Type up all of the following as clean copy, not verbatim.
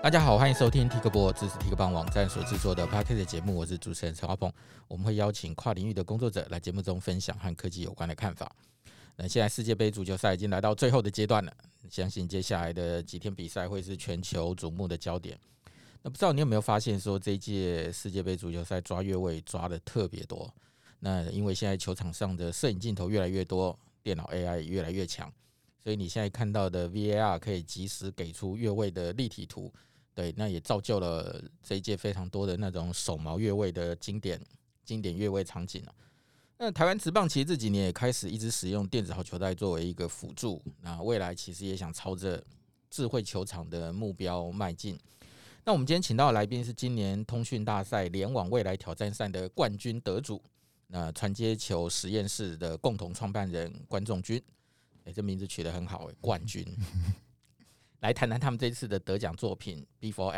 大家好，欢迎收听 Tik 播，这是 Tik 网站所制作的 Podcast 节目，我是主持人陈华鹏。我们会邀请跨领域的工作者来节目中分享和科技有关的看法。那现在世界杯足球赛已经来到最后的阶段了，相信接下来的几天比赛会是全球瞩目的焦点。那不知道你有没有发现说，这一届世界杯足球赛抓越位抓的特别多？那因为现在球场上的摄影镜头越来越多，电脑 AI 也越来越强，所以你现在看到的 VAR 可以及时给出越位的立体图。对，那也造就了这一届非常多的那种手毛越位的经典越位场景。那台湾职棒其实这几年也开始一直使用电子好球带作为一个辅助，那未来其实也想朝着智慧球场的目标迈进。那我们今天请到的来宾是今年通讯大赛联网未来挑战赛的冠军得主，那传接球实验室的共同创办人关仲君。这名字取得很好，冠军。来谈谈他们这次的得奖作品 B4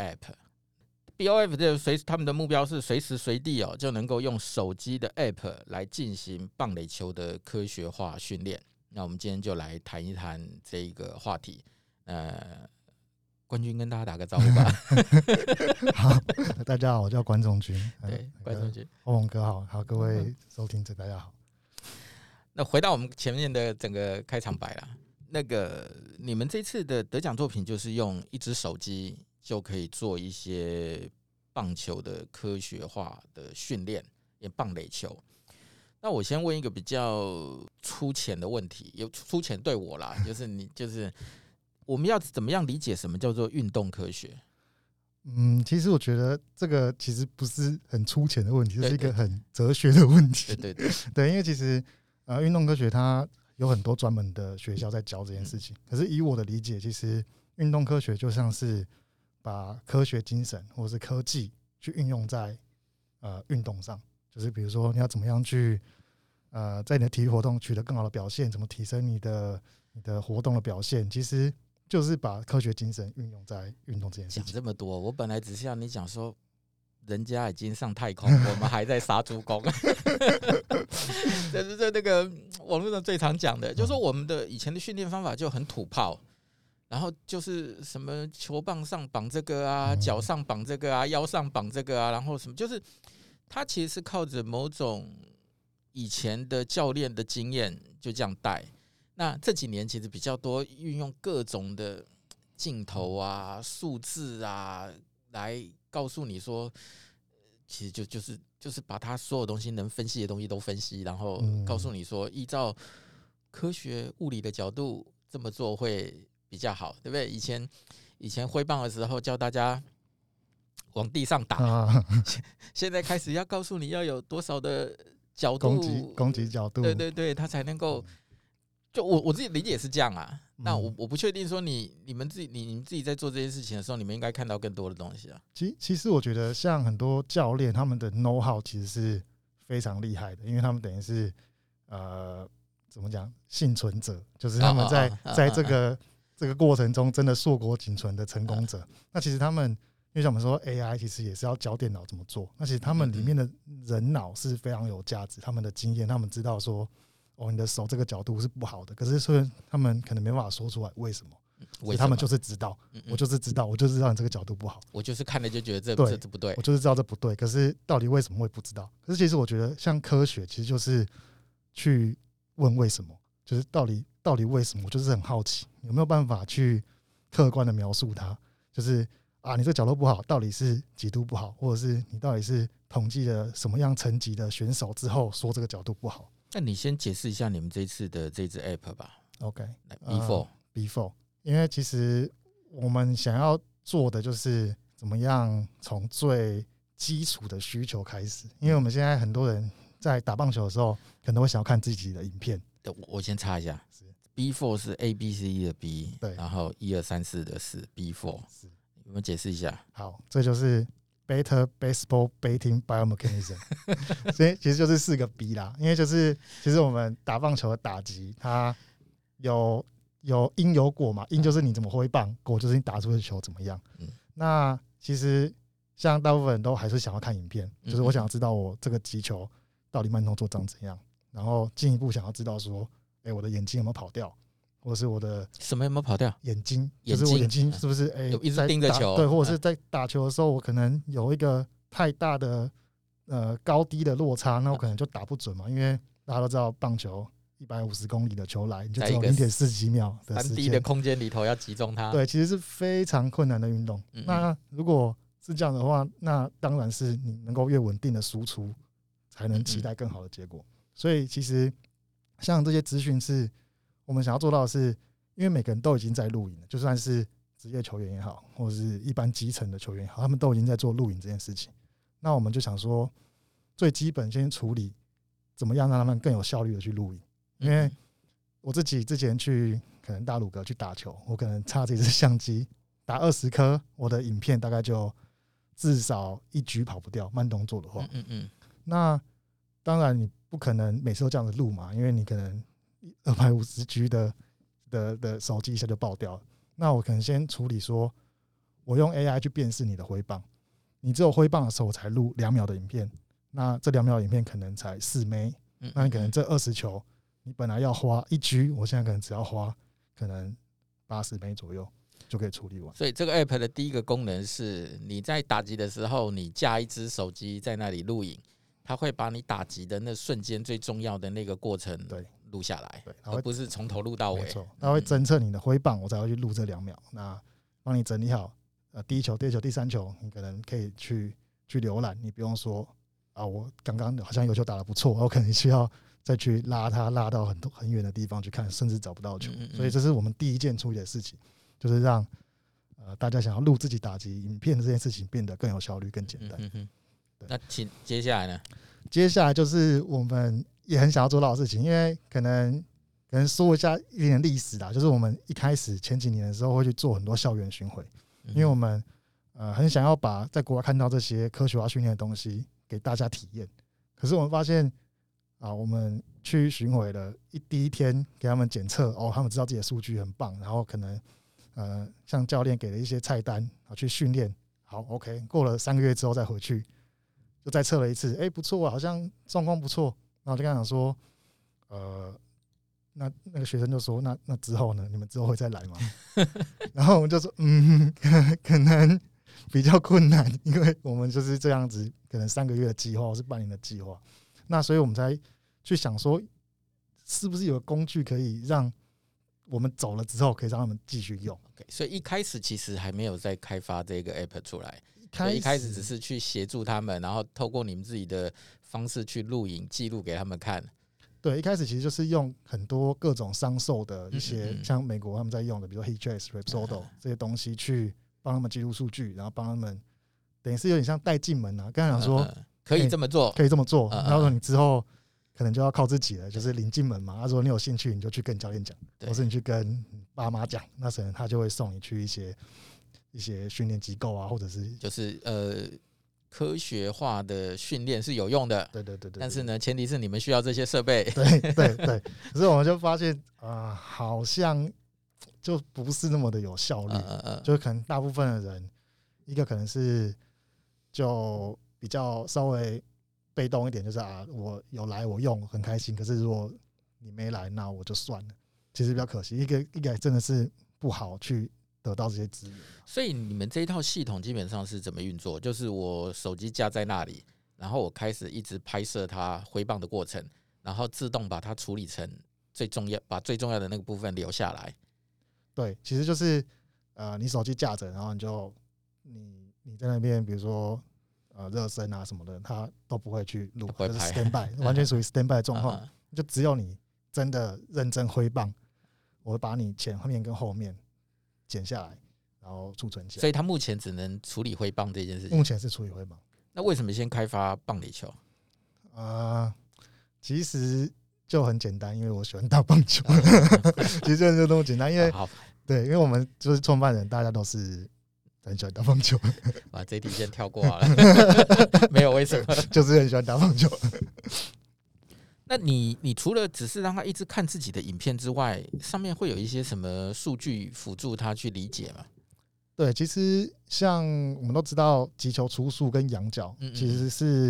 App。B4 App 他们的目标是随时随地就能够用手机的 App 来进行棒垒球的科学化训练。那我们今天就来谈一谈这个话题。冠军跟大家打个招呼吧。 好，大家好，我叫关仲君。 对，关仲君， 欧宏哥好，好，各位收听者大家好。 那回到我们前面的整个开场白啦。那个你们这次的得奖作品就是用一只手机就可以做一些棒球的科学化的训练，也棒垒球。那我先问一个比较粗浅的问题，有粗浅对我啦，就是我们要怎么样理解什么叫做运动科学？ 其实我觉得这个其实不是很粗浅的问题，这是一个很哲学的问题。对，因为其实运动科学它有很多专门的学校在教这件事情，可是以我的理解，其实运动科学就像是把科学精神或者是科技去运用在运动上，就是比如说你要怎么样去在你的体育活动取得更好的表现，怎么提升你的活动的表现，其实就是把科学精神运用在运动这件事情。 讲这么多，我本来只是要你讲说人家已经上太空，我们还在杀猪工。这是那个网络上最常讲的，就是说我们的以前的训练方法就很土炮，然后就是什么球棒上绑这个啊，脚上绑这个啊，腰上绑这个啊，然后什么，就是它其实是靠着某种以前的教练的经验就这样带。那这几年其实比较多运用各种的镜头啊、数字啊来告诉你说，其实就是把他所有东西能分析的东西都分析，然后告诉你说，依照科学物理的角度这么做会比较好，对不对？以前挥棒的时候叫大家往地上打，现在开始要告诉你要有多少的角度攻击角度， 对，他才能够。就我自己理解是这样啊，那我不确定说你们自己在做这件事情的时候，你们应该看到更多的东西啊。 其实我觉得像很多教练他们的 know how 其实是非常厉害的，因为他们等于是怎么讲幸存者，就是他们在这个过程中真的硕果仅存的成功者。那其实他们因为像我们说 AI 其实也是要教电脑怎么做，那其实他们里面的人脑是非常有价值，他们的经验，他们知道说你的手这个角度是不好的，可是所以他们可能没办法说出来为什么，所以他们就是知道，我就是知道你这个角度不好， 我就是看了就觉得这不对， 我就是知道这不对，可是到底为什么会不知道？可是其实我觉得像科学其实就是去问为什么，就是到底为什么，我就是很好奇有没有办法去客观的描述它，就是你这个角度不好，到底是几度不好，或者是你到底是统计了什么样层级的选手之后说这个角度不好。 那你先解释一下你们这次的这支 App 吧。 OK， B4， 因为其实我们想要做的就是怎么样从最基础的需求开始，因为我们现在很多人在打棒球的时候，可能会想要看自己的影片。 我先插一下 ，B4 是 ABCD 的 B， 对， 然后1、2、3、4的4 B4， 有没有解释一下？ 好，这就是Better Baseball Betting Biomechanism， 所以其实就是4个 B 啦。因为就是其实我们打棒球的打击，它有因有果嘛，因就是你怎么挥棒，果就是你打出的球怎么样。那其实像大部分人都还是想要看影片，就是我想要知道我这个击球到底慢动作长怎样，然后进一步想要知道说，我的眼睛有没有跑掉， 或者是我的什么有没有跑掉？ 眼睛，就是我眼睛是不是有一直盯着球？ 对，或者是在打球的时候，我可能有一个太大的高低的落差，那我可能就打不准嘛，因为大家都知道棒球150公里的球来，你就只有0.4几秒的时间 ，3D 的空间里头要击中它。 对，其实是非常困难的运动。那如果是这样的话，那当然是你能够越稳定的输出，才能期待更好的结果。所以其实像这些资讯是我们想要做到的是，因为每个人都已经在录影了，就算是职业球员也好，或者是一般基层的球员也好，他们都已经在做录影这件事情。那我们就想说，最基本先处理怎么样让他们更有效率的去录影。因为我自己之前去可能大鲁阁去打球，我可能插这支相机打20颗，我的影片大概就至少1局跑不掉，慢动作的话。那当然你不可能每次都这样子录嘛，因为你可能250G 的手机一下就爆掉了。那我可能先处理说，我用 AI 去辨识你的挥棒，你只有挥棒的时候我才录2秒的影片，那这2秒的影片可能才4枚，那你可能这20球你本来要花1G， 我现在可能只要花可能80枚左右就可以处理完。 所以这个 app 的第一个功能是，你在打击的时候，你架一只手机在那里录影，它会把你打击的那瞬间最重要的那个过程录下来，而不是从头录到尾。 没错，它会侦测你的挥棒，我才会去录这2秒，那帮你整理好第1球、第2球、第3球，你可能可以去浏览，你不用说啊，我刚刚好像有球打得不错，我可能需要再去拉它，拉到很远的地方去看，甚至找不到球。所以这是我们第一件处理的事情，就是让大家想要录自己打击影片的这件事情变得更有效率、更简单。 那接下来呢？ 接下来就是我们也很想要做到的事情，因为可能说一下一点历史啦，就是我们一开始前几年的时候会去做很多校园巡回，因为我们很想要把在国外看到这些科学化训练的东西给大家体验。可是我们发现我们去巡回了第一天给他们检测，他们知道自己的数据很棒，然后可能像教练给了一些菜单去训练，好 OK， 过了3个月之后再回去就再测了一次，不错，好像状况不错，然后就跟他讲说那个学生就说那之后呢，你们之后会再来吗？然后我们就说可能比较困难，因为我们就是这样子，可能3个月的计划或是半年的计划，那所以我们才去想说，是不是有个工具可以让我们走了之后可以让他们继续用。 所以一开始其实还没有在开发这个 app 出来，一开始只是去协助他们，然后透过你们自己的方式去录影记录给他们看。 对，一开始其实就是用很多各种商售的一些，像美国他们在用的，比如说 HitRace、Rapsodo 这些东西，去帮他们记录数据，然后帮他们等于是有点像带进门啊。刚才讲说可以这么做， 可以这么做，然後你之后可能就要靠自己了，就是领进门嘛。如果你有兴趣，你就去跟教练讲，或是你去跟爸妈讲，那可能他就会送你去一些训练机构啊，或者是就是科学化的训练是有用的， 对， 但是呢，前提是你们需要这些设备， 对。可是我们就发现好像就不是那么的有效率，就可能大部分的人，一个可能是就比较稍微被动一点，就是我有来我用很开心，可是如果你没来，那我就算了，其实比较可惜。一个真的是不好去得到这些资源。 所以你们这一套系统基本上是怎么运作？就是我手机架在那里，然后我开始一直拍摄它挥棒的过程，然后自动把它处理成把最重要的那个部分留下来。 对，其实就是你手机架着，然后你在那边，比如说热身啊什么的，它都不会去录，就是 stand by， 完全属于 stand by 的状况。就只有你真的认真挥棒，我会把你前面跟后面剪下来，然后储存起来。 所以它目前只能处理挥棒这件事情。 目前是处理挥棒。 那为什么先开发棒垒球？ 其实就很简单，因为我喜欢打棒球。其实就那么简单，因为对，因为我们就是创办人，大家都是很喜欢打棒球。 把这题先跳过好了，没有为什么， 就是很喜欢打棒球。 那你除了只是让他一直看自己的影片之外，上面会有一些什么数据辅助他去理解吗？ 对，其实像我们都知道击球出速跟仰角其实是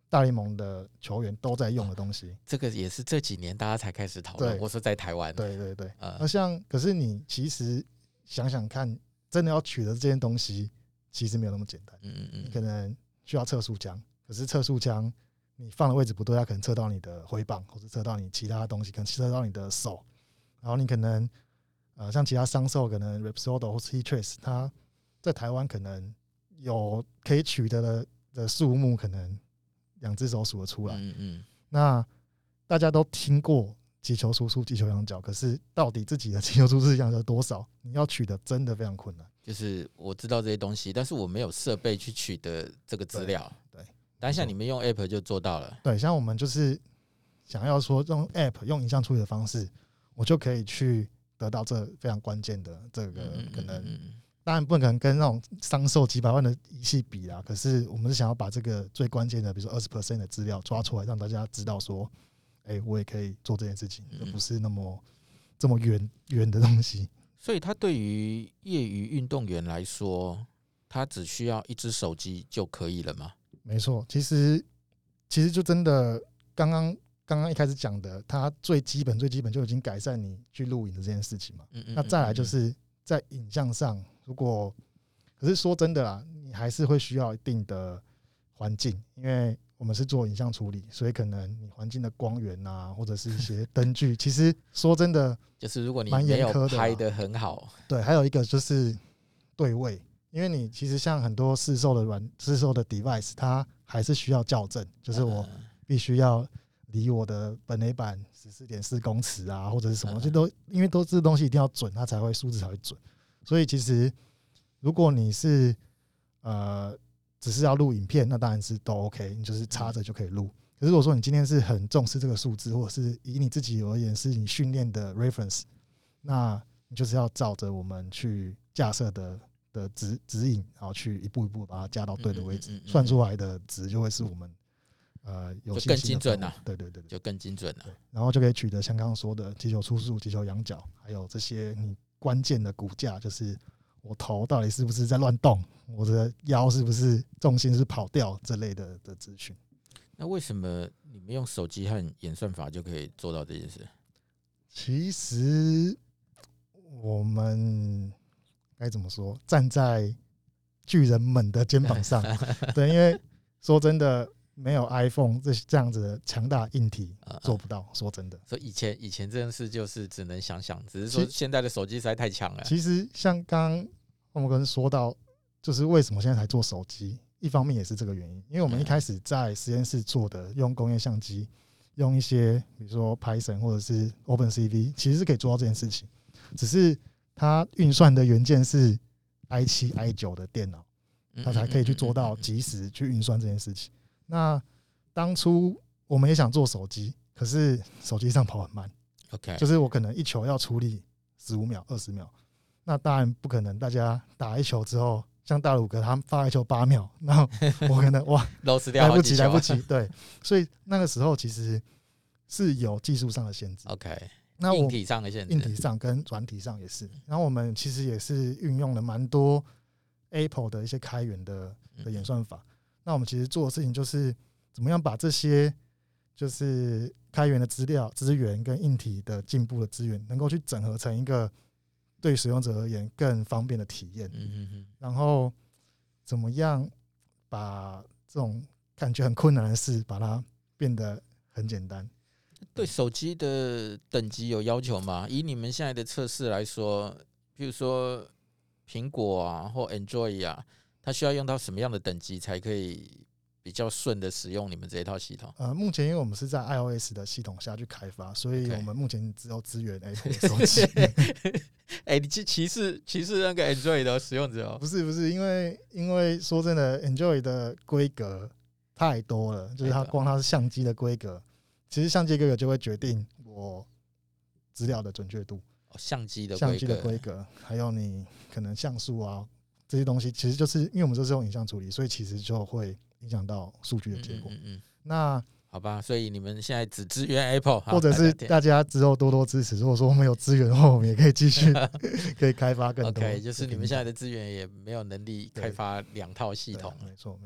大联盟的球员都在用的东西。 这个也是这几年大家才开始讨论。我说在台湾， 对对对，可是你其实想想看，真的要取得这件东西，其实没有那么简单。你可能需要测速枪，可是测速枪你放的位置不对，它可能测到你的挥棒，或者测到你其他东西，可能测到你的手，然后你可能像其他商售，可能 Repsol 或是 Heattrace， 它在台湾可能有可以取得的数目，可能2只手数得出来。那大家都听过击球出速、击球仰角，可是到底自己的击球出速、仰角多少，你要取得真的非常困难。 就是我知道这些东西，但是我没有设备去取得这个资料。对，但像你们用 App 就做到了。 对，像我们就是想要说用 App 用影像处理的方式，我就可以去得到这非常关键的这个可能。当然不可能跟那种商售几百万的仪器比啦，可是我们是想要把这个最关键的，比如说 20% 的资料抓出来，让大家知道说，我也可以做这件事情，而不是那么这么远的东西。 所以它对于业余运动员来说，他只需要一只手机就可以了吗？ 没错，其实就真的刚刚一开始讲的，它最基本就已经改善你去录影的这件事情嘛。那再来就是在影像上，可是说真的啦，你还是会需要一定的环境，因为我们是做影像处理，所以可能你环境的光源啊，或者是一些灯具，其实说真的， 就是如果你没有拍得很好， 对，还有一个就是对位，因为你其实像很多市售的device， 它还是需要校正，就是我必须要离我的本垒板14.4公尺啊，或者是什么东西都，因为这东西一定要准，它才会数字才会准。所以其实如果你是只是要录影片，那当然是都 OK， 你就是插着就可以录。可是如果说你今天是很重视这个数字，或者是以你自己而言是你训练的 reference， 那你就是要照着我们去架设的指引，然后去一步一步把它加到对的位置，算出来的值就会是我们有信心的， 就更精准了。 对， 就更精准了。 然后就可以取得像刚刚说的击球出速、击球仰角，还有这些你关键的骨架，就是我头到底是不是在乱动，我的腰是不是重心是跑掉这类的资讯。 那为什么你们用手机和演算法就可以做到这件事？ 其实我们该怎么说，站在巨人们的肩膀上，对，因为说真的，没有 iPhone 这样子的强大硬体做不到。说真的， 所以以前这件事就是只能想想，只是说现在的手机实在太强了。 其实像刚刚我们跟说到，就是为什么现在才做手机，一方面也是这个原因，因为我们一开始在实验室做的，用工业相机，用一些比如说 Python 或者是 OpenCV， 其实是可以做到这件事情，只是它运算的元件是 i7、i9 的电脑，它才可以去做到即时去运算这件事情。那当初我们也想做手机，可是手机上跑很慢， OK， 就是我可能一球要处理15秒、20秒，那当然不可能。大家打一球之后，像大鲁哥他们发一球8秒，然后我可能哇来不及，对，所以那个时候其实是有技术上的限制。 OK， 那硬体上的限制， 硬体上跟软体上也是。然后我们其实也是运用了蛮多 Apple 的一些开源的演算法。那我们其实做的事情就是怎么样把这些就是开源的资源跟硬体的进步的资源，能够去整合成一个对使用者而言更方便的体验。然后怎么样把这种感觉很困难的事，把它变得很简单。 对手机的等级有要求吗？以你们现在的测试来说，比如说苹果啊或 Android 啊，它需要用到什么样的等级才可以比较顺的使用你们这一套系统？ 目前因为我们是在 iOS 的系统下去开发，所以我们目前只有支援 Apple 的手机。 你歧视那个 Android 的使用者哦？ 不是，因为说真的 ，Android 的规格太多了，就是它是相机的规格，其实相机规格就会决定我资料的准确度。相机的规格，还有你可能像素啊这些东西，其实就是因为我们这是用影像处理，所以其实就会影响到数据的结果。那好吧，所以你们现在只支援 Apple， 或者是大家之后多多支持。如果说我们有资源的话，我们也可以继续可以开发更多。 OK， 就是你们现在的资源也没有能力开发2套系统。 没错。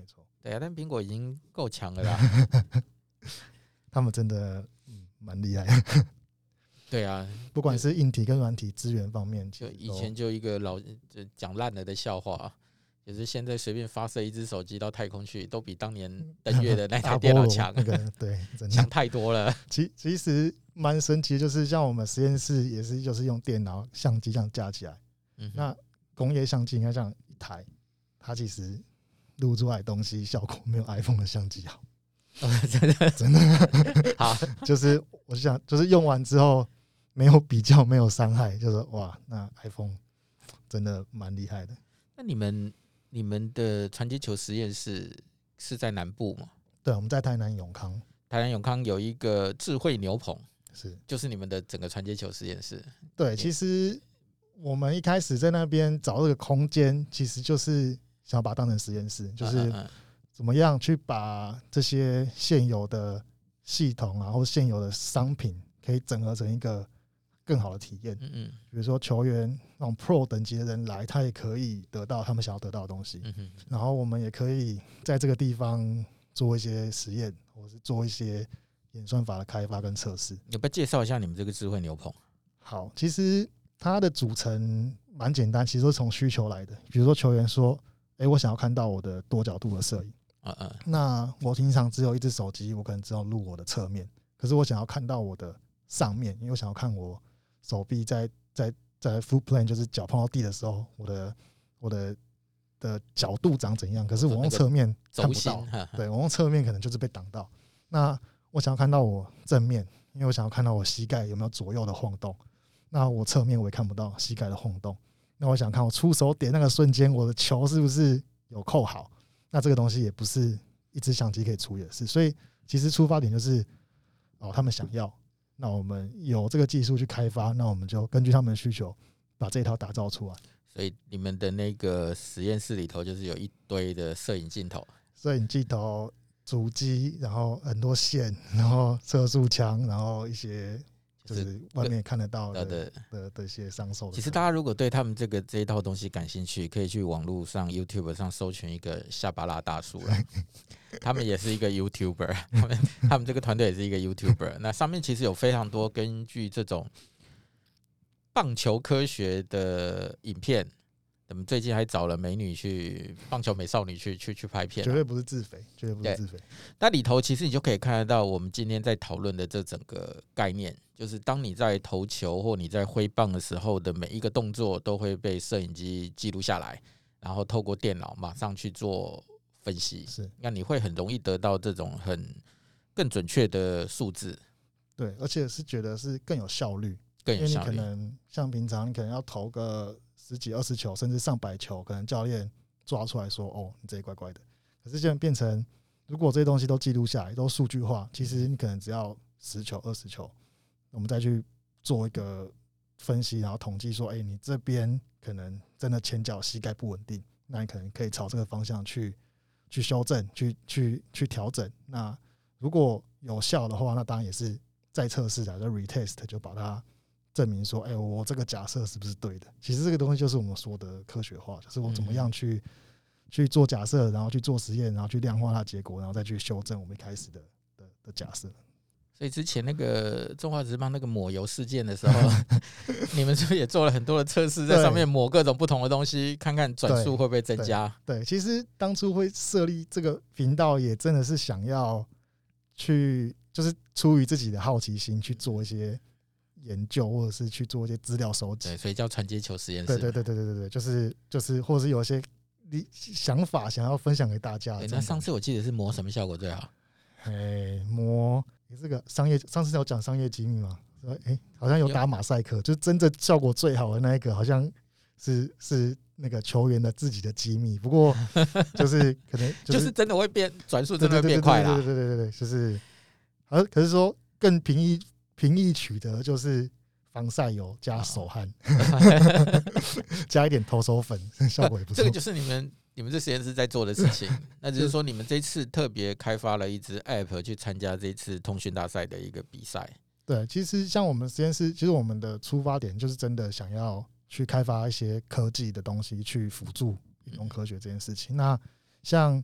对啊，但苹果已经够强了啦。 他们真的蛮厉害的。 对啊， 不管是硬体跟软体资源方面， 就以前就一个就讲烂了的笑话，就是现在随便发射一只手机到太空去，都比当年登月的那台电脑强。 对， 强太多了。 其实蛮神奇，就是像我们实验室也是，就是用电脑相机这样架起来。那工业相机你看像一台，它其实录出来的东西效果没有 iPhone 的相机好。真的好， 就是我想，就是用完之后没有比较，没有伤害，就是哇，那 iPhone 真的蛮厉害的。 那你们的传接球实验室是在南部吗？ 对，我们在台南永康。 台南永康有一个智慧牛棚， 是就是你们的整个传接球实验室。 对，其实我们一开始在那边找这个空间，其实就是想要把它当成实验室，就是怎么样去把这些现有的系统啊，或现有的商品，可以整合成一个更好的体验。比如说球员那种 Pro 等级的人来，他也可以得到他们想要得到的东西。然后我们也可以在这个地方做一些实验，或是做一些演算法的开发跟测试。 要不要介绍一下你们这个智慧牛棚？ 好，其实它的组成蛮简单，其实都是从需求来的。比如说球员说：“我想要看到我的多角度的摄影。”那我平常只有一只手机，我可能只有录我的侧面，可是我想要看到我的上面，因为我想要看我手臂在 full plane 就是脚碰到地的时候，我的角度长怎样。可是我用侧面看不到，对，我用侧面可能就是被挡到。那我想要看到我正面，因为我想要看到我膝盖有没有左右的晃动。那我侧面我也看不到膝盖的晃动。那我想看我出手点那个瞬间，我的球是不是有扣好？那这个东西也不是一支相机可以处理的事，所以其实出发点就是他们想要，那我们有这个技术去开发，那我们就根据他们的需求把这一套打造出来。 所以你们的那个实验室里头就是有一堆的摄影镜头， 主机，然后很多线，然后测速枪，然后一些就是外面看得到的一些商售。 其实大家如果对他们这一套东西感兴趣，可以去网络上 YouTube 上搜寻一个夏巴拉大叔了，他们也是一个 YouTuber， 他们这个团队也是一个 YouTuber。那上面其实有非常多根据这种棒球科学的影片。我们最近还找了美女棒球美少女去拍片， 绝对不是自肥，绝对不是自肥。 那里头其实你就可以看得到，我们今天在讨论的这整个概念，就是当你在投球或你在挥棒的时候的每一个动作，都会被摄影机记录下来，然后透过电脑马上去做分析。 是， 那你会很容易得到这种更准确的数字。 对，而且是觉得是更有效率， 更有效率。 因为你可能像平常你可能要投个10几20球，甚至上100球，可能教练抓出来说：“哦，你这里怪怪的。”可是现在变成，如果这些东西都记录下来，都数据化，其实你可能只要10球、20球，我们再去做一个分析，然后统计说：“你这边可能真的前脚膝盖不稳定，那你可能可以朝这个方向去修正、去调整。那如果有效的话，那当然也是再测试的，就 retest 就把它。”证明说，我这个假设是不是对的？其实这个东西就是我们说的科学化，就是我怎么样去做假设，然后去做实验，然后去量化它的结果，然后再去修正我们一开始的假设。 所以之前那个中华职棒那个抹油事件的时候，你们是不是也做了很多的测试，在上面抹各种不同的东西，看看转速会不会增加？ 对，其实当初会设立这个频道，也真的是想要去，就是出于自己的好奇心去做一些。研究或者是去做一些资料收集， 对，所以叫传接球实验室。 对，就是或者是有一些想法想要分享给大家。 那上次我记得是磨什么效果最好？ 磨这个商业，上次有讲商业机密嘛？好像有打马赛克，就真的效果最好的那一个，好像是那个球员的自己的机密。不过就是可能就是真的会变转速，真的会变快啦。 对，就是，可是说更平易取得就是防晒油加手汗，加一点投手粉，效果也不错。 这个就是你们这实验室在做的事情。那只是说你们这次特别开发了一支 App 去参加这次通讯大赛的一个比赛。 对，其实像我们实验室，其实我们的出发点就是真的想要去开发一些科技的东西，去辅助运动科学这件事情。那像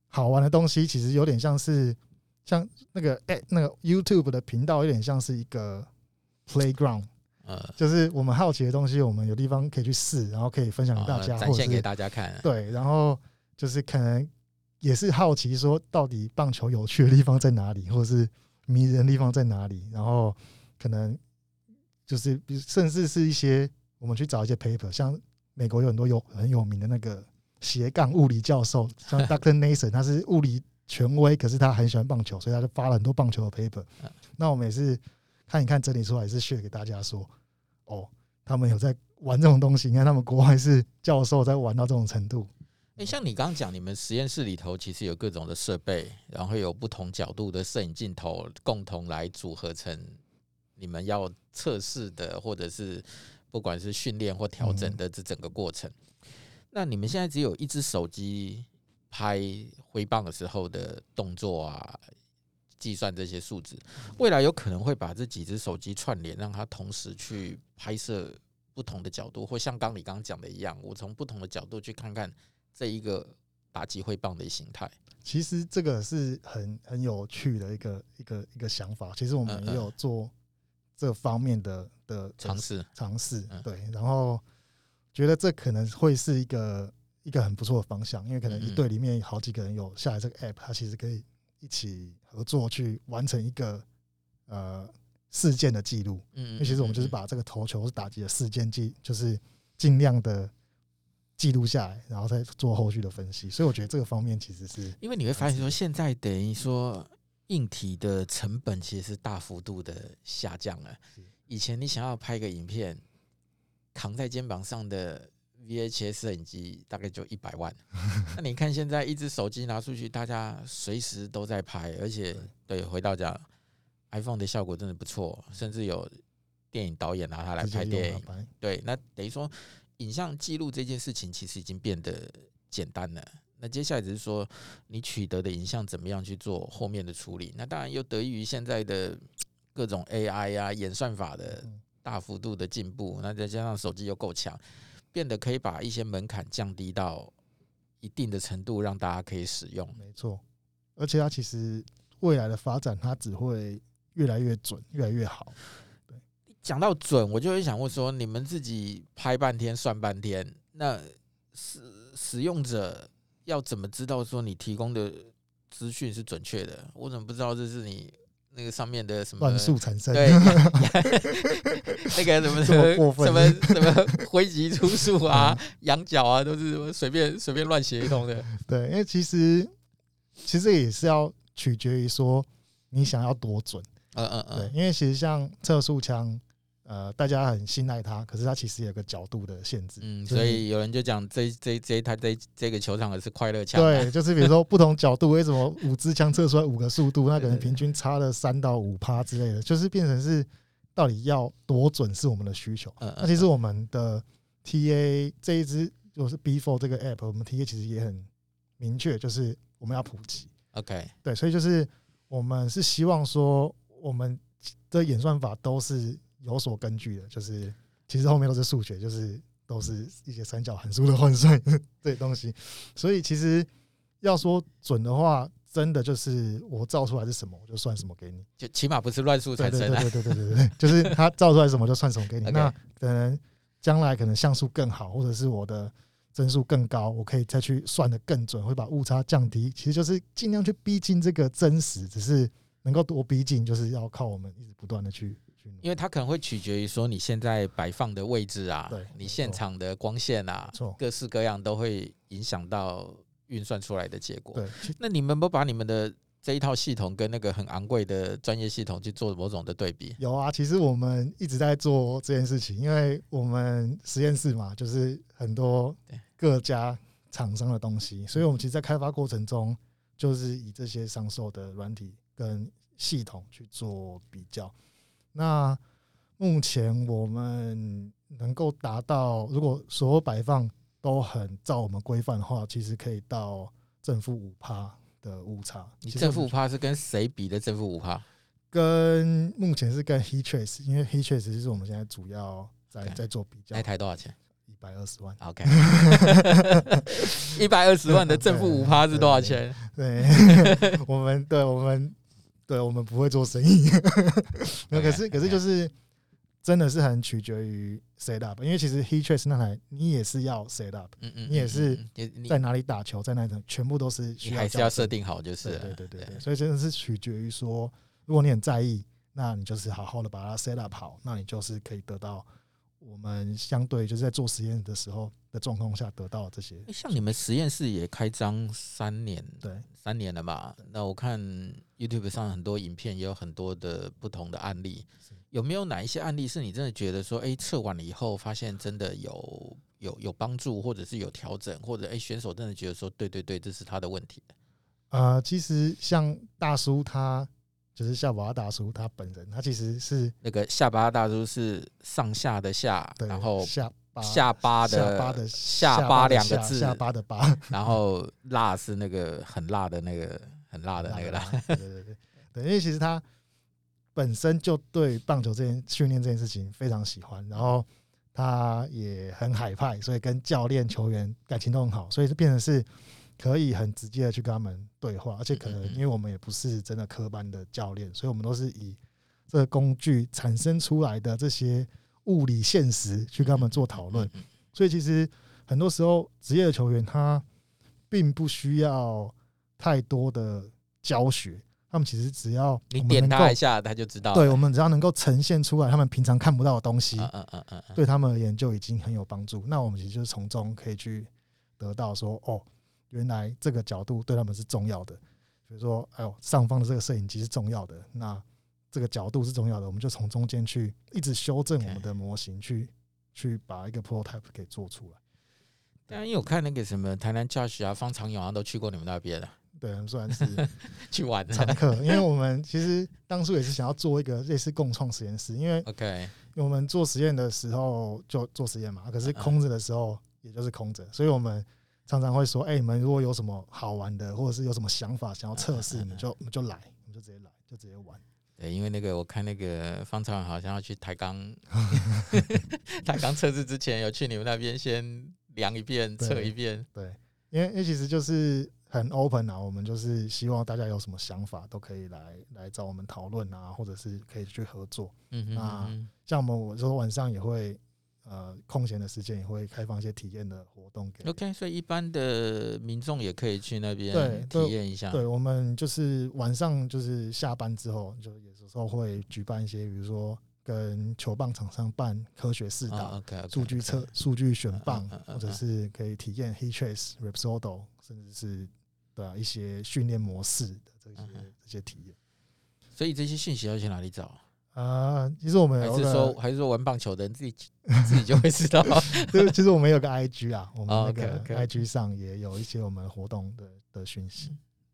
好玩的东西，其实有点像那个 YouTube 的频道，有点像是一个 playground。就是我们好奇的东西，我们有地方可以去试，然后可以分享给大家， 展现给大家看。 对，然后就是可能也是好奇说，到底棒球有趣的地方在哪里，或者是迷人的地方在哪里，然后可能就是甚至是一些我们去找一些 paper， 像美国有很多很有名的那个斜杠物理教授，像 Dr. Nathan， 他是物理权威，可是他很喜欢棒球，所以他就发了很多棒球的 paper。那我们也是看一看整理出来，也是 share 给大家说，他们有在玩这种东西，你看他们国外是教授在玩到这种程度。 像你刚刚讲，你们实验室里头其实有各种的设备，然后有不同角度的摄影镜头，共同来组合成你们要测试的，或者是不管是训练或调整的这整个过程。那你们现在只有一只手机拍挥棒的时候的动作啊，计算这些数值，未来有可能会把这几只手机串联，让它同时去拍摄不同的角度，或像你刚刚讲的一样，我从不同的角度去看看这一个打击挥棒的形态。 其实这个是很有趣的一个想法。其实我们也有做这方面的尝试，对，然后觉得这可能会是一个很不错的方向，因为可能一队里面好几个人有下来这个 app， 它其实可以一起合作去完成一个事件的记录。因为其实我们就是把这个投球打击的事件就是尽量的记录下来，然后再做后续的分析。所以我觉得这个方面其实是， 因为你会发现说，现在等于说硬体的成本其实是大幅度的下降了。以前你想要拍个影片，扛在肩膀上的 VHS 摄影机大概就100万。那你看现在一只手机拿出去，大家随时都在拍，而且对回到家 ，iPhone 的效果真的不错，甚至有电影导演拿它来拍电影。对，那等于说影像记录这件事情其实已经变得简单了。那接下来只是说你取得的影像怎么样去做后面的处理。那当然又得益于现在的各种 AI 啊演算法的大幅度的进步，那再加上手机又够强，变得可以把一些门槛降低到一定的程度，让大家可以使用。 没错，而且它其实未来的发展，它只会越来越准，越来越好。对， 讲到准，我就会想问说，你们自己拍半天算半天，那使用者要怎么知道说你提供的资讯是准确的？我怎么不知道这是你那个上面的什么乱数产生？ 对，那个什么挥击出数啊、仰角啊，都是随便乱写一通的。 对，因为其实也是要取决于说你想要多准。对，因为其实像测速枪，大家很信赖它，可是它其实有个角度的限制。 所以有人就讲这个球场的是快乐枪。 对，就是比如说不同角度，为什么5支枪测出来5个速度，那可能平均差了3到5%之类的，就是变成是到底要多准是我们的需求。那其实我们的 TA 这一支就是 B4 这个 app， 我们 TA 其实也很明确，就是我们要普及。 OK， 对，所以就是我们是希望说，我们的演算法都是有所根据的，就是其实后面都是数学，就是都是一些三角函数的换算这些东西。所以其实要说准的话，真的就是我造出来是什么，我就算什么给你， 就起码不是乱数产生。 对，就是他造出来什么就算什么给你。那可能将来可能像素更好，或者是我的帧数更高，我可以再去算得更准，会把误差降低。其实就是尽量去逼近这个真实，只是能够多逼近，就是要靠我们一直不断的去。 因为它可能会取决于说你现在摆放的位置啊，你现场的光线啊，各式各样都会影响到运算出来的结果。那你们有没有把你们的这一套系统跟那个很昂贵的专业系统去做某种的对比？ 有啊，其实我们一直在做这件事情，因为我们实验室嘛，就是很多各家厂商的东西，所以我们其实在开发过程中，就是以这些商售的软体跟系统去做比较。那目前我们能够达到，如果所有摆放都很照我们规范的话，其实可以到正负5%的误差。 你正负5%是跟谁比的正负5%？ 跟目前是跟 HeatTrace， 因为 HeatTrace 是我们现在主要在做比较。 那台多少钱 120万。 OK， 120万的正负 5% 是多少钱？ 对，我们不会做生意。可是就是真的是很取决于 set up， 因为其实 HeatTrace 那台你也是要 set up， 你也是在哪里打球，在那种全部都是需要， 你还是要设定好，就是了。 对，所以真的是取决于说，如果你很在意，那你就是好好的把它 set up 好，那你就是可以得到我们相对就是在做实验的时候的状况下得到这些。 像你们实验室也开张3年， 对 ，3年了吧？那我看 YouTube 上很多影片，也有很多的不同的案例。有没有哪一些案例是你真的觉得说，测完了以后发现真的有帮助，或者是有调整，或者选手真的觉得说，对，这是他的问题？ 其实像大叔他就是下巴大叔他本人，他其实是那个下巴大叔是上下的下，然后下巴的下巴2个字， 下巴的巴， 然后辣是那个很辣的那个很辣的那个辣。 对，因为其实他本身就对棒球训练这件事情非常喜欢，然后他也很海派，所以跟教练球员感情都很好，所以就变成是可以很直接的去跟他们对话，而且可能因为我们也不是真的科班的教练，所以我们都是以这个工具产生出来的这些物理现实去跟他们做讨论，所以其实很多时候职业的球员他并不需要太多的教学，他们其实只要你点他一下他就知道了， 对，我们只要能够呈现出来他们平常看不到的东西，对他们而言就已经很有帮助。那我们其实就是从中可以去得到说，哦，原来这个角度对他们是重要的，比如说上方的这个摄影机是重要的，那这个角度是重要的，我们就从中间去一直修正我们的模型，去把一个 prototype 给做出来。 因为我看那个什么台南 Josh 啊、方长勇都去过你们那边了， 对，算是去玩常客。因为我们其实当初也是想要做一个类似共创实验室，因为我们做实验的时候就做实验嘛，可是空着的时候也就是空着，所以我们常常会说，你们如果有什么好玩的，或者是有什么想法想要测试，我们就来，我们就直接来，就直接玩。 对，因为那个我看那个方长好像要去台钢，台钢测试之前有去你们那边先量一遍、测一遍。对， 因为其实就是很 open 啊，我们就是希望大家有什么想法都可以来找我们讨论啊，或者是可以去合作。那像我说晚上也会空闲的时间也会开放一些体验的活动给。 OK， 所以一般的民众也可以去那边体验一下。 对，我们就是晚上就是下班之后，就有时候会举办一些，比如说跟球棒厂商办科学试打、数据选棒，或者是可以体验 HeatTrace、Rapsodo， 甚至是一些训练模式的这些体验。 所以这些讯息要去哪里找？ 其实我们还是说玩棒球的人自己就会知道。 其实我们有个 IG 啊，我们那个 IG 上也有一些我们活动的讯息。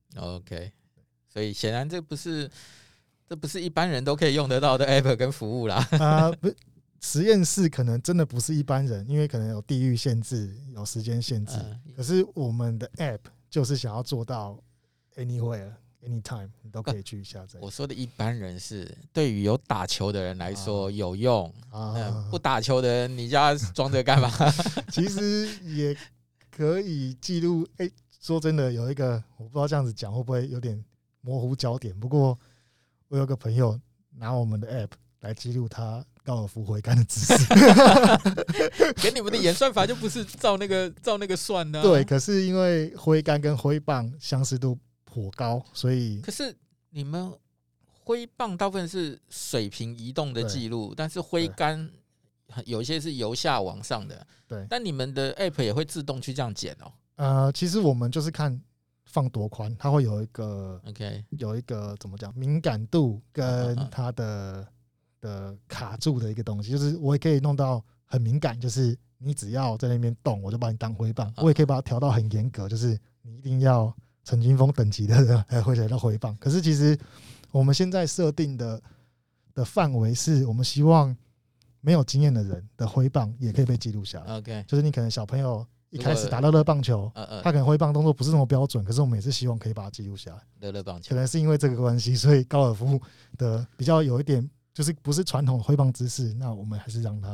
OK， 所以显然这不是一般人都可以用得到的 App 跟服务啦。 不，实验室可能真的不是一般人，因为可能有地域限制、有时间限制。可是我们的 App 就是想要做到 anywhere。Anytime 你都可以去下载。 我说的一般人是对于有打球的人来说有用，不打球的人你叫他装这个干嘛？ 其实也可以记录。说真的，有一个我不知道这样子讲会不会有点模糊焦点，不过我有个朋友拿我们的 App 来记录他高尔夫挥杆的姿势。 跟你们的演算法就不是照那个算的。 对，可是因为挥杆跟挥棒相似度颇高，所以可是你们挥棒大部分是水平移动的记录，但是挥杆有一些是由下往上的。对，但你们的 App 也会自动去这样剪哦。 其实我们就是看放多宽，它会有一个怎么讲敏感度跟它的卡住的一个东西，就是我也可以弄到很敏感，就是你只要在那边动，我就把你当挥棒。我也可以把它调到很严格，就是你一定要陈金锋等级的人才会来到挥棒。可是其实我们现在设定的范围是，我们希望没有经验的人的挥棒也可以被记录下来。就是你可能小朋友一开始打乐乐棒球，他可能挥棒动作不是那么标准，可是我们也是希望可以把它记录下来。 乐乐棒球可能是因为这个关系，所以高尔夫的比较有一点就是不是传统的挥棒姿势，那我们还是让它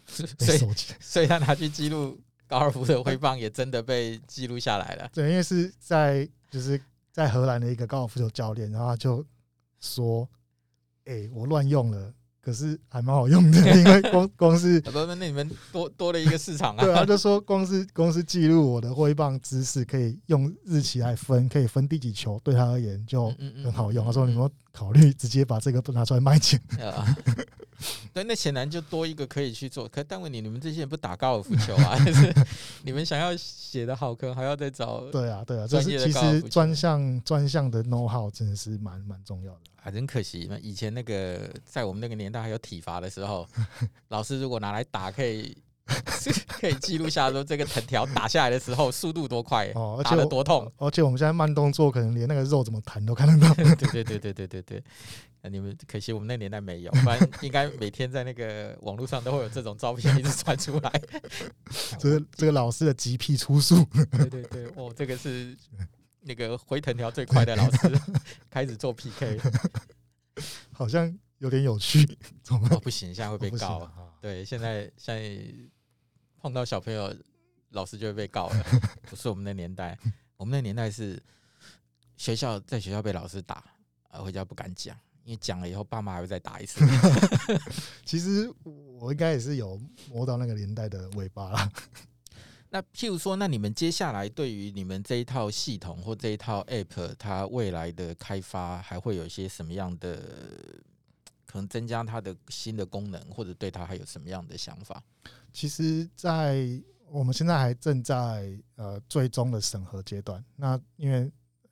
所以他拿去记录高尔夫的挥棒也真的被记录下来了。 对，因为是就是在荷兰的一个高尔夫球教练，然后他就说：“我乱用了。”可是还蛮好用的，因为光是不，那你们多了一个市场啊。 对啊，就说光是记录我的挥棒姿势，可以用日期来分，可以分第几球，对他而言就很好用。他说：“你们考虑直接把这个拿出来卖钱？” 对，那显然就多一个可以去做。但问题，你们这些人不打高尔夫球啊？就是你们想要写的好，可能还要再找。 对啊，就是其实专项的 know how 真的是蛮重要的。 真可惜，以前那个在我们那个年代还有体罚的时候，老师如果拿来打，可以记录下说这个藤条打下来的时候速度多快，打得多痛。 而且我们现在慢动作，可能连那个肉怎么弹都看得到。 对。你们可惜我们那年代没有，不然应该每天在那个网络上都会有这种照片一直传出来。 这个老师的极僻出速。 对，这个是那个挥藤条最快的老师开始做 PK， 好像有点有趣。 不行，现在会被告。对，现在碰到小朋友，老师就会被告了。不是我们那年代，我们那年代是在学校被老师打，回家不敢讲。因为讲了以后，爸妈还会再打一次。 其实我应该也是有摸到那个年代的尾巴啦。 那譬如说，那你们接下来对于你们这一套系统或这一套 App， 它未来的开发还会有一些什么样的可能增加它的新的功能，或者对它还有什么样的想法？ 其实，我们现在还正在最终的审核阶段。那因为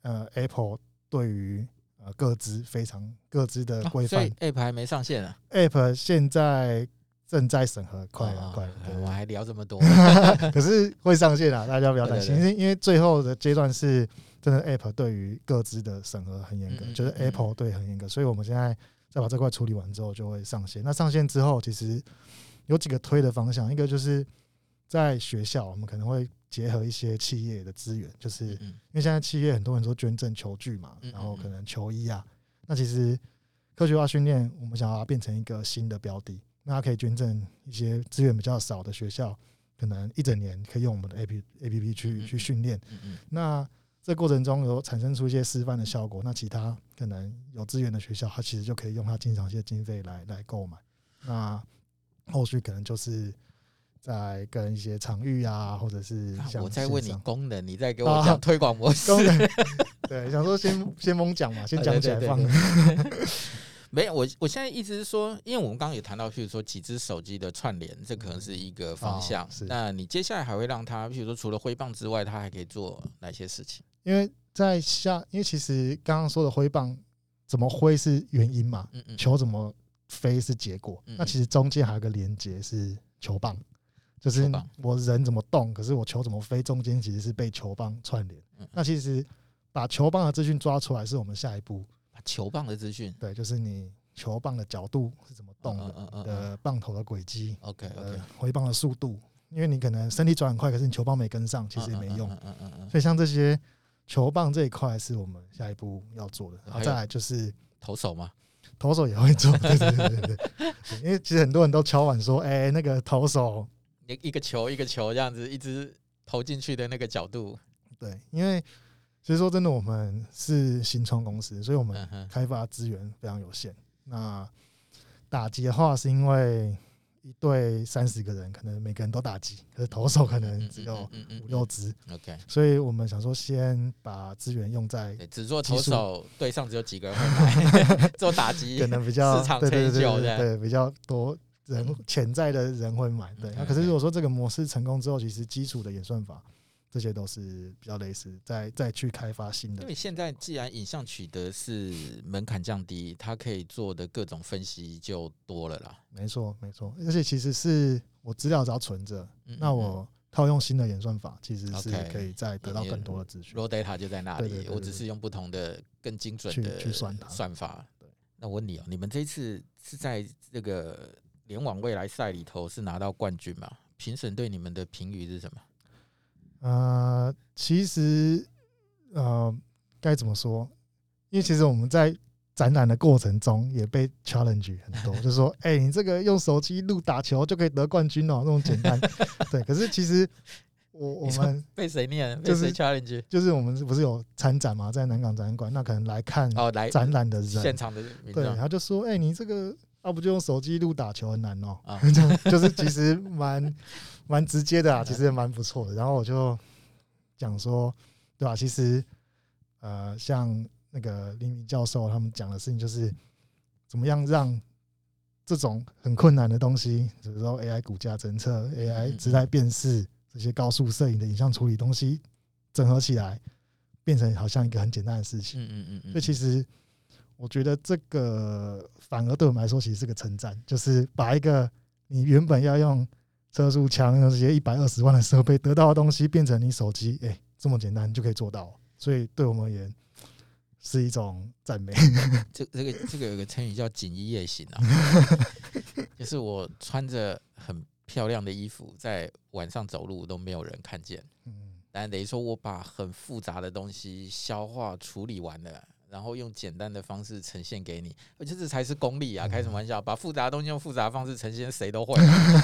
Apple 对于各自的规范， 所以 App 还没上线啊。 App 现在正在审核，快了。 我还聊这么多， 可是会上线啊，大家不要担心。因为最后的阶段是真的 App 对于各自的审核很严格，就是 Apple 对很严格，所以我们现在再把这块处理完之后就会上线。那上线之后，其实有几个推的方向，一个就是在学校，我们可能会结合一些企业的资源，就是因为现在企业很多人说捐赠球具嘛，然后可能球衣啊，那其实科学化训练我们想要把它变成一个新的标的，那它可以捐赠一些资源比较少的学校，可能一整年可以用我们的 APP 去训练。那这过程中有产生出一些示范的效果，那其他可能有资源的学校，它其实就可以用它经常性的经费来购买。那后续可能就是在跟一些场域啊，或者是像我在问你功能，你再给我讲推广模式。 对，想说先猛讲嘛，先讲起来放。 没有，我现在意思是说，因为我们刚刚也谈到，譬如说几只手机的串联，这可能是一个方向。那你接下来还会让它，譬如说除了挥棒之外，它还可以做哪些事情？ 因为其实刚刚说的挥棒怎么挥是原因嘛，球怎么飞是结果。那其实中间还有个连结是球棒。就是我人怎么动，可是我球怎么飞，中间其实是被球棒串联。那其实把球棒的资讯抓出来，是我们下一步。 球棒的资讯， 对，就是你球棒的角度是怎么动的，棒头的轨迹 ，OK， 挥棒的速度，因为你可能身体转很快，可是你球棒没跟上，其实也没用。所以像这些球棒这一块是我们下一步要做的。然后再来就是投手嘛， 投手也会做，对，因为其实很多人都敲碗说，那个投手。 一个球一个球这样子一直投进去的那个角度， 对，因为其实说真的，我们是新创公司，所以我们开发资源非常有限。那打击的话，是因为一队30个人，可能每个人都打击，可是投手可能只有5、6支。 OK， 所以我们想说，先把资源用在只做投手，队上只有几个人会买，做打击可能比较市场成就对比较多。潜在的人会买，对。可是如果说这个模式成功之后，其实基础的演算法这些都是比较类似，再去开发新的。 因为现在既然影像取得是门槛降低，它可以做的各种分析就多了啦。 没错，而且其实是我资料只要存着，那我套用新的演算法，其实是可以再得到更多的资讯。 raw data 就在那里，我只是用不同的更精准的去算它算法。那我问你你们这一次是在这个联网未来赛里头是拿到冠军嘛？评审对你们的评语是什么？ 其实该怎么说？因为其实我们在展览的过程中也被 challenge 很多，就说你这个用手机录打球就可以得冠军哦，那种简单。对，可是其实我们被谁念？被谁 challenge？ 就是我们不是有参展嘛，在南港展览馆，那可能来看展览的人， 现场的民众， 对，他就说你这个不就用手机录打球很难哦，就是其实蛮直接的其实也蛮不错的。然后我就讲说，对吧？其实像那个林明教授他们讲的事情，就是怎么样让这种很困难的东西，比如说 AI 骨架侦测、AI 姿态辨识这些高速摄影的影像处理东西整合起来，变成好像一个很简单的事情。所以其实我觉得这个反而对我们来说其实是个称赞，就是把一个你原本要用测速枪那些120万的设备得到的东西，变成你手机这么简单就可以做到，所以对我们而言是一种赞美。 这个有个成语叫锦衣夜行就是我穿着很漂亮的衣服在晚上走路都没有人看见，但等于说我把很复杂的东西消化处理完了，然后用简单的方式呈现给你，而且这才是功力开什么玩笑？把复杂的东西用复杂的方式呈现，谁都会。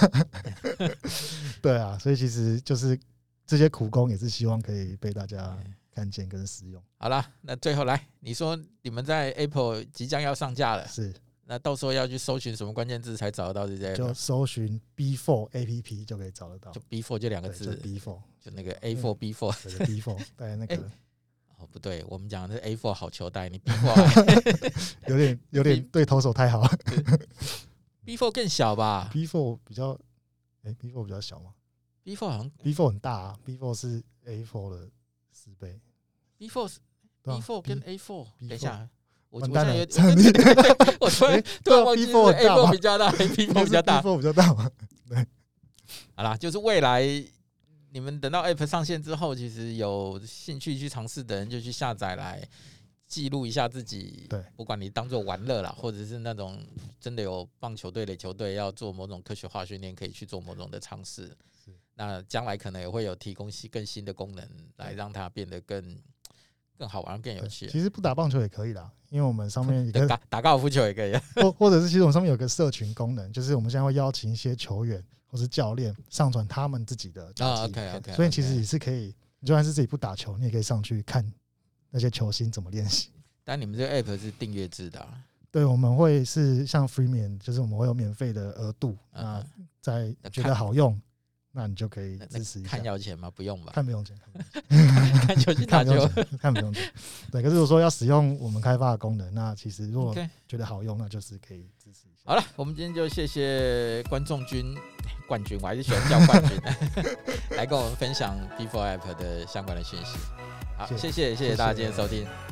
对啊，所以其实就是这些苦功也是希望可以被大家看见跟使用。 好啦，那最后来，你说你们在 Apple 即将要上架了， 是， 那到时候要去搜寻什么关键字才找得到这些？ 就搜寻 B4 APP 就可以找得到。 就 B4 就2个字， 就 B4， 就那个 A4 B4， 对 B4， 对那个。 不对，我们讲的是 A4 好球带，你 B4 有点对投手太好。 B4 更小吧 ？B4 比较，B4 比较小吗 ？B4 好像 B4 很大，B4 是 A4 的10倍。 B4 跟 A4， 等一下，我完蛋了， 我突然忘记是 A4 比较大还是 B4 比较大 ？B4 比较大吗？对， 好啦，就是未来你们等到 App 上线之后，其实有兴趣去尝试的人就去下载来记录一下自己。 对， 不管你当做玩乐啦，或者是那种真的有棒球队、垒球队要做某种科学化训练，可以去做某种的尝试。那将来可能也会有提供更新的功能，来让它变得更好玩、更有趣。 其实不打棒球也可以啦，因为我们上面打高尔夫球也可以， 或者是其实我们上面有个社群功能，就是我们现在会邀请一些球员或是教练上传他们自己的打击影片，所以其实也是可以，你就算是自己不打球，你也可以上去看那些球星怎么练习。 但你们这个 app 是订阅制的对，我们会是像 Freemium， 就是我们会有免费的额度，那在觉得好用，那你就可以支持一下。 看要钱吗？不用吧？ 看不用钱， 看球去打球， 看不用钱。对，可是如果说要使用我们开发的功能，那其实如果觉得好用，那就是可以支持一下。 好了，我们今天就谢谢冠军，我还是喜欢叫冠军，来跟我们分享 B4 App 的相关的讯息。好，谢谢大家今天收听。